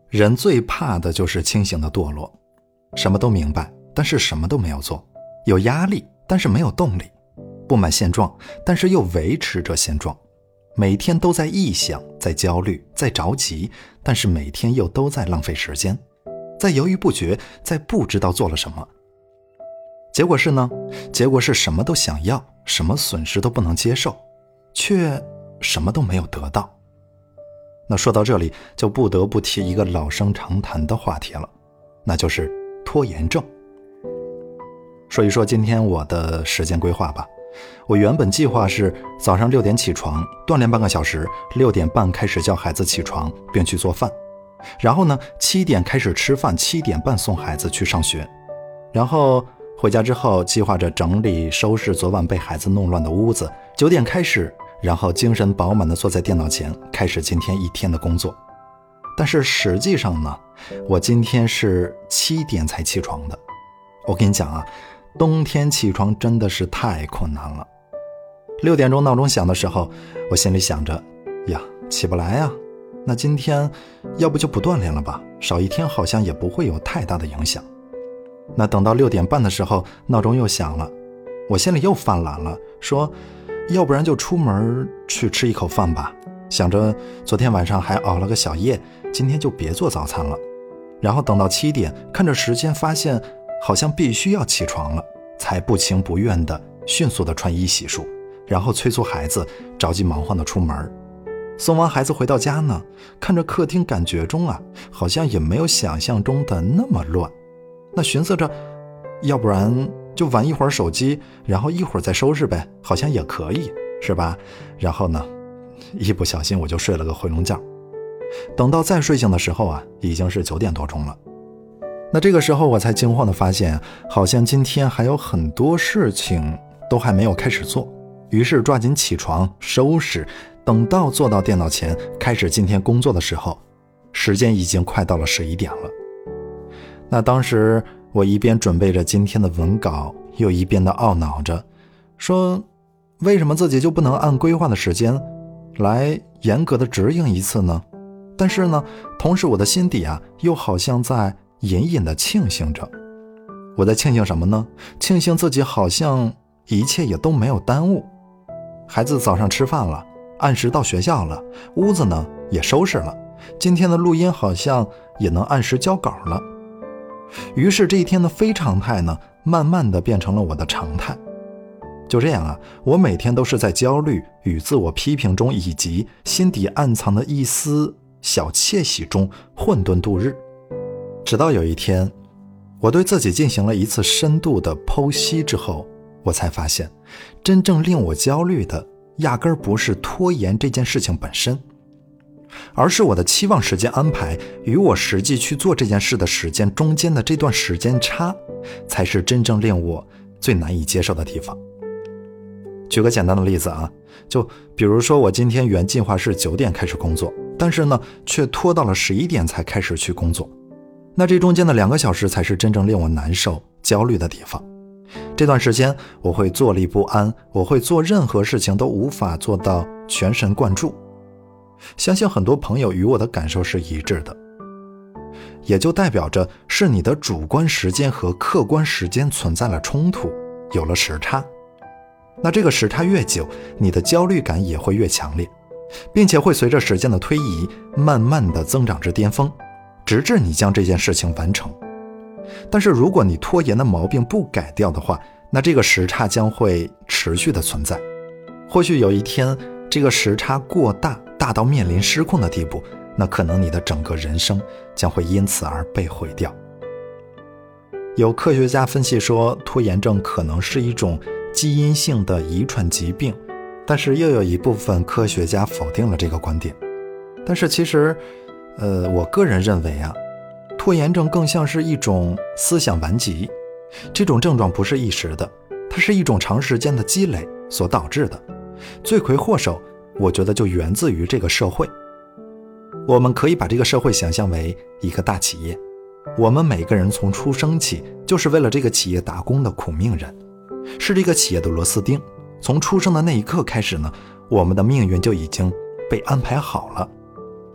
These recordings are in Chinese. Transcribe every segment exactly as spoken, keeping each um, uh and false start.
人最怕的就是清醒的堕落，什么都明白，但是什么都没有做，有压力，但是没有动力，不满现状，但是又维持着现状，每天都在臆想，在焦虑，在着急，但是每天又都在浪费时间，在犹豫不决，在不知道做了什么。结果是呢？结果是什么都想要，什么损失都不能接受，却什么都没有得到。那说到这里，就不得不提一个老生常谈的话题了，那就是拖延症。说一说今天我的时间规划吧。我原本计划是早上六点起床，锻炼半个小时，六点半开始叫孩子起床并去做饭，然后呢七点开始吃饭，七点半送孩子去上学，然后回家之后计划着整理收拾昨晚被孩子弄乱的屋子，九点开始，然后精神饱满地坐在电脑前，开始今天一天的工作。但是实际上呢，我今天是七点才起床的。我跟你讲啊，冬天起床真的是太困难了。六点钟闹钟响的时候，我心里想着呀，起不来啊，那今天要不就不锻炼了吧，少一天好像也不会有太大的影响。那等到六点半的时候，闹钟又响了，我心里又犯懒了，说要不然就出门去吃一口饭吧，想着昨天晚上还熬了个小夜，今天就别做早餐了。然后等到七点，看着时间发现好像必须要起床了，才不情不愿地迅速地穿衣洗漱，然后催促孩子着急忙慌地出门。送完孩子回到家呢，看着客厅，感觉中啊好像也没有想象中的那么乱。那寻思着要不然就玩一会儿手机，然后一会儿再收拾呗，好像也可以，是吧？然后呢一不小心我就睡了个回笼觉。等到再睡醒的时候啊，已经是九点多钟了。那这个时候我才惊慌地发现，好像今天还有很多事情都还没有开始做，于是抓紧起床收拾，等到坐到电脑前开始今天工作的时候，时间已经快到了十一点了。那当时我一边准备着今天的文稿，又一边的懊恼着，说为什么自己就不能按规划的时间来严格的执行一次呢？但是呢，同时我的心底啊又好像在隐隐的庆幸着。我在庆幸什么呢？庆幸自己好像一切也都没有耽误。孩子早上吃饭了，按时到学校了，屋子呢也收拾了，今天的录音好像也能按时交稿了。于是这一天的非常态呢，慢慢的变成了我的常态。就这样啊，我每天都是在焦虑与自我批评中，以及心底暗藏的一丝小窃喜中混沌度日。直到有一天，我对自己进行了一次深度的剖析之后，我才发现，真正令我焦虑的压根儿不是拖延这件事情本身，而是我的期望时间安排与我实际去做这件事的时间中间的这段时间差，才是真正令我最难以接受的地方。举个简单的例子啊，就比如说我今天原计划是九点开始工作，但是呢却拖到了十一点才开始去工作，那这中间的两个小时才是真正令我难受焦虑的地方。这段时间我会坐立不安，我会做任何事情都无法做到全神贯注。相信很多朋友与我的感受是一致的，也就代表着是你的主观时间和客观时间存在了冲突，有了时差。那这个时差越久，你的焦虑感也会越强烈，并且会随着时间的推移慢慢的增长至巅峰，直至你将这件事情完成。但是如果你拖延的毛病不改掉的话，那这个时差将会持续的存在。或许有一天这个时差过大，大到面临失控的地步，那可能你的整个人生将会因此而被毁掉。有科学家分析说，拖延症可能是一种基因性的遗传疾病，但是又有一部分科学家否定了这个观点。但是其实呃，我个人认为啊，拖延症更像是一种思想顽疾，这种症状不是一时的，它是一种长时间的积累所导致的。罪魁祸首我觉得就源自于这个社会。我们可以把这个社会想象为一个大企业，我们每个人从出生起就是为了这个企业打工的苦命人，是这个企业的螺丝钉。从出生的那一刻开始呢，我们的命运就已经被安排好了。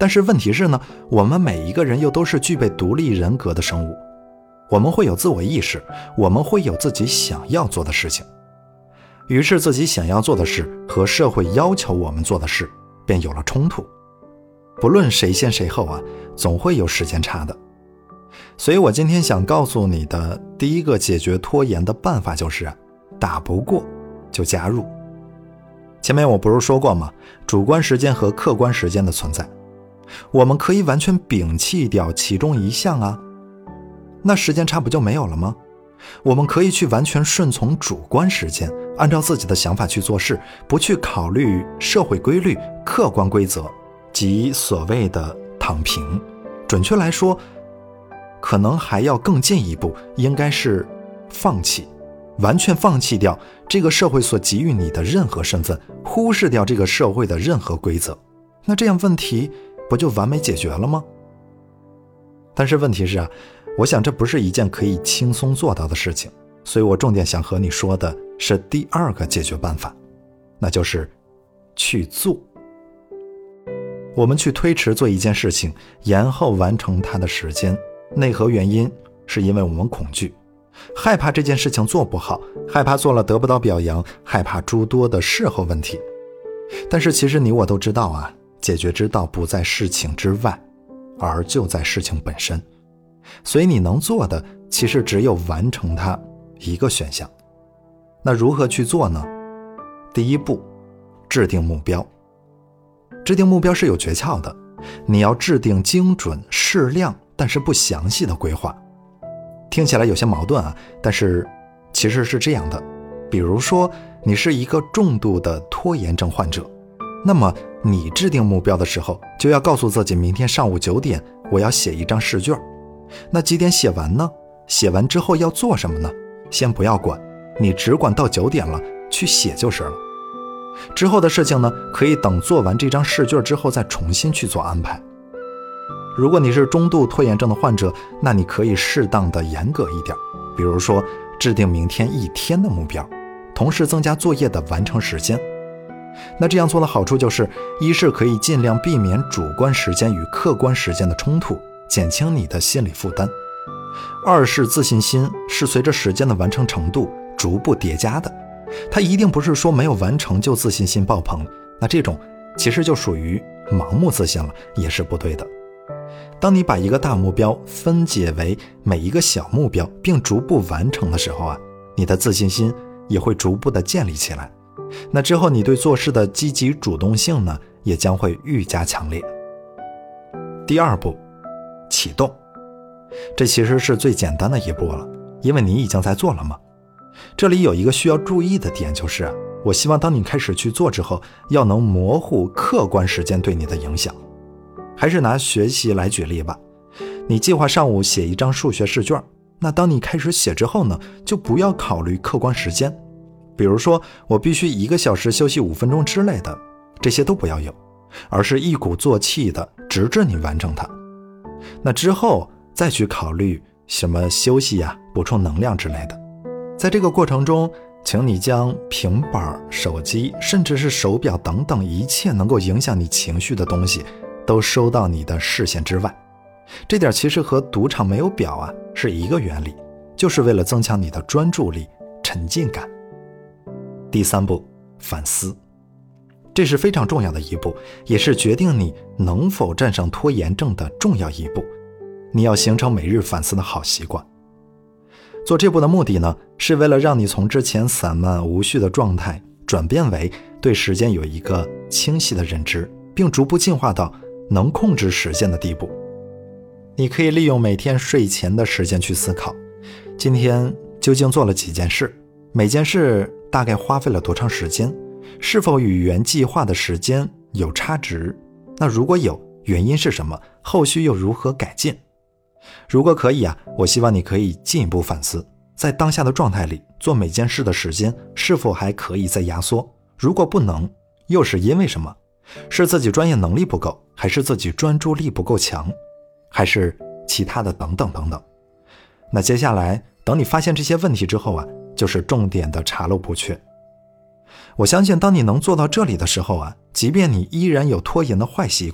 但是问题是呢，我们每一个人又都是具备独立人格的生物，我们会有自我意识，我们会有自己想要做的事情。于是自己想要做的事和社会要求我们做的事便有了冲突。不论谁先谁后啊，总会有时间差的。所以我今天想告诉你的第一个解决拖延的办法就是啊，打不过就加入。前面我不是说过吗？主观时间和客观时间的存在，我们可以完全摒弃掉其中一项啊，那时间差不就没有了吗？我们可以去完全顺从主观时间，按照自己的想法去做事，不去考虑社会规律、客观规则及所谓的躺平。准确来说，可能还要更进一步，应该是放弃，完全放弃掉这个社会所给予你的任何身份，忽视掉这个社会的任何规则，那这样问题不就完美解决了吗？但是问题是啊，我想这不是一件可以轻松做到的事情，所以我重点想和你说的是第二个解决办法，那就是去做。我们去推迟做一件事情，延后完成它的时间，内核原因是因为我们恐惧，害怕这件事情做不好，害怕做了得不到表扬，害怕诸多的事后问题。但是其实你我都知道啊，解决之道不在事情之外，而就在事情本身。所以你能做的其实只有完成它一个选项。那如何去做呢？第一步，制定目标。制定目标是有诀窍的，你要制定精准、适量但是不详细的规划。听起来有些矛盾啊，但是其实是这样的。比如说你是一个重度的拖延症患者，那么你制定目标的时候就要告诉自己，明天上午九点我要写一张试卷。那几点写完呢？写完之后要做什么呢？先不要管，你只管到九点了去写就是了。之后的事情呢，可以等做完这张试卷之后再重新去做安排。如果你是中度拖延症的患者，那你可以适当的严格一点，比如说制定明天一天的目标，同时增加作业的完成时间。那这样做的好处就是，一是可以尽量避免主观时间与客观时间的冲突，减轻你的心理负担；二是自信心是随着时间的完成程度逐步叠加的，它一定不是说没有完成就自信心爆棚，那这种其实就属于盲目自信了，也是不对的。当你把一个大目标分解为每一个小目标并逐步完成的时候啊，你的自信心也会逐步的建立起来。那之后你对做事的积极主动性呢，也将会愈加强烈。第二步，启动。这其实是最简单的一步了，因为你已经在做了嘛。这里有一个需要注意的点，就是我希望当你开始去做之后，要能模糊客观时间对你的影响。还是拿学习来举例吧，你计划上午写一张数学试卷，那当你开始写之后呢，就不要考虑客观时间，比如说我必须一个小时休息五分钟之类的，这些都不要有，而是一鼓作气的直至你完成它。那之后再去考虑什么休息呀、补充能量之类的。在这个过程中，请你将平板、手机甚至是手表等等一切能够影响你情绪的东西都收到你的视线之外。这点其实和赌场没有表啊是一个原理，就是为了增强你的专注力、沉浸感。第三步，反思。这是非常重要的一步，也是决定你能否战胜拖延症的重要一步。你要形成每日反思的好习惯。做这步的目的呢，是为了让你从之前散漫无序的状态转变为对时间有一个清晰的认知，并逐步进化到能控制时间的地步。你可以利用每天睡前的时间去思考，今天究竟做了几件事，每件事大概花费了多长时间，是否与原计划的时间有差值，那如果有，原因是什么，后续又如何改进。如果可以啊，我希望你可以进一步反思，在当下的状态里做每件事的时间是否还可以再压缩，如果不能，又是因为什么？是自己专业能力不够，还是自己专注力不够强，还是其他的等等等等。那接下来等你发现这些问题之后啊，就是重点的查漏补缺。我相信当你能做到这里的时候啊，即便你依然有拖延的坏习惯，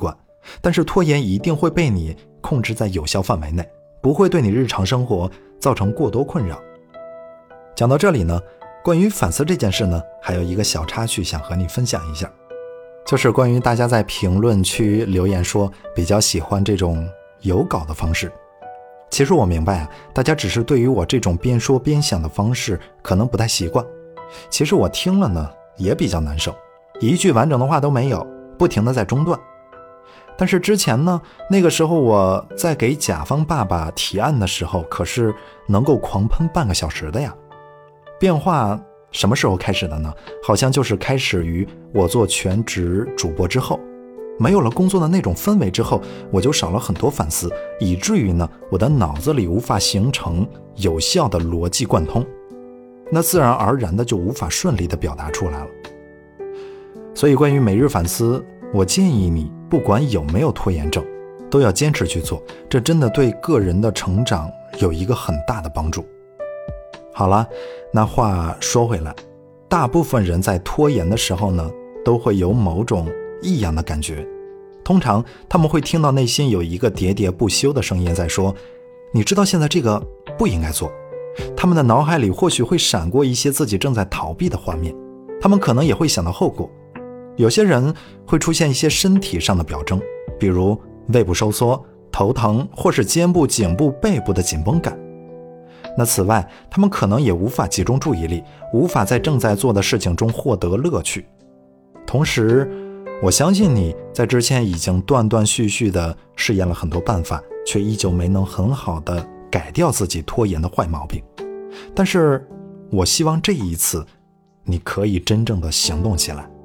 但是拖延一定会被你控制在有效范围内，不会对你日常生活造成过多困扰。讲到这里呢，关于反思这件事呢，还有一个小插曲想和你分享一下，就是关于大家在评论区留言说比较喜欢这种有稿的方式。其实我明白啊，大家只是对于我这种边说边想的方式可能不太习惯。其实我听了呢也比较难受，一句完整的话都没有，不停地在中断。但是之前呢，那个时候我在给甲方爸爸提案的时候，可是能够狂喷半个小时的呀。变化什么时候开始的呢？好像就是开始于我做全职主播之后，没有了工作的那种氛围之后，我就少了很多反思，以至于呢，我的脑子里无法形成有效的逻辑贯通，那自然而然的就无法顺利的表达出来了。所以关于每日反思，我建议你不管有没有拖延症，都要坚持去做，这真的对个人的成长有一个很大的帮助。好了，那话说回来，大部分人在拖延的时候呢，都会有某种异样的感觉。通常他们会听到内心有一个喋喋不休的声音在说，你知道现在这个不应该做。他们的脑海里或许会闪过一些自己正在逃避的画面，他们可能也会想到后果。有些人会出现一些身体上的表征，比如胃部收缩、头疼，或是肩部、颈部、背部的紧绷感。那此外，他们可能也无法集中注意力，无法在正在做的事情中获得乐趣。同时，我相信你在之前已经断断续续地试验了很多办法，却依旧没能很好地改掉自己拖延的坏毛病。但是我希望这一次你可以真正的行动起来。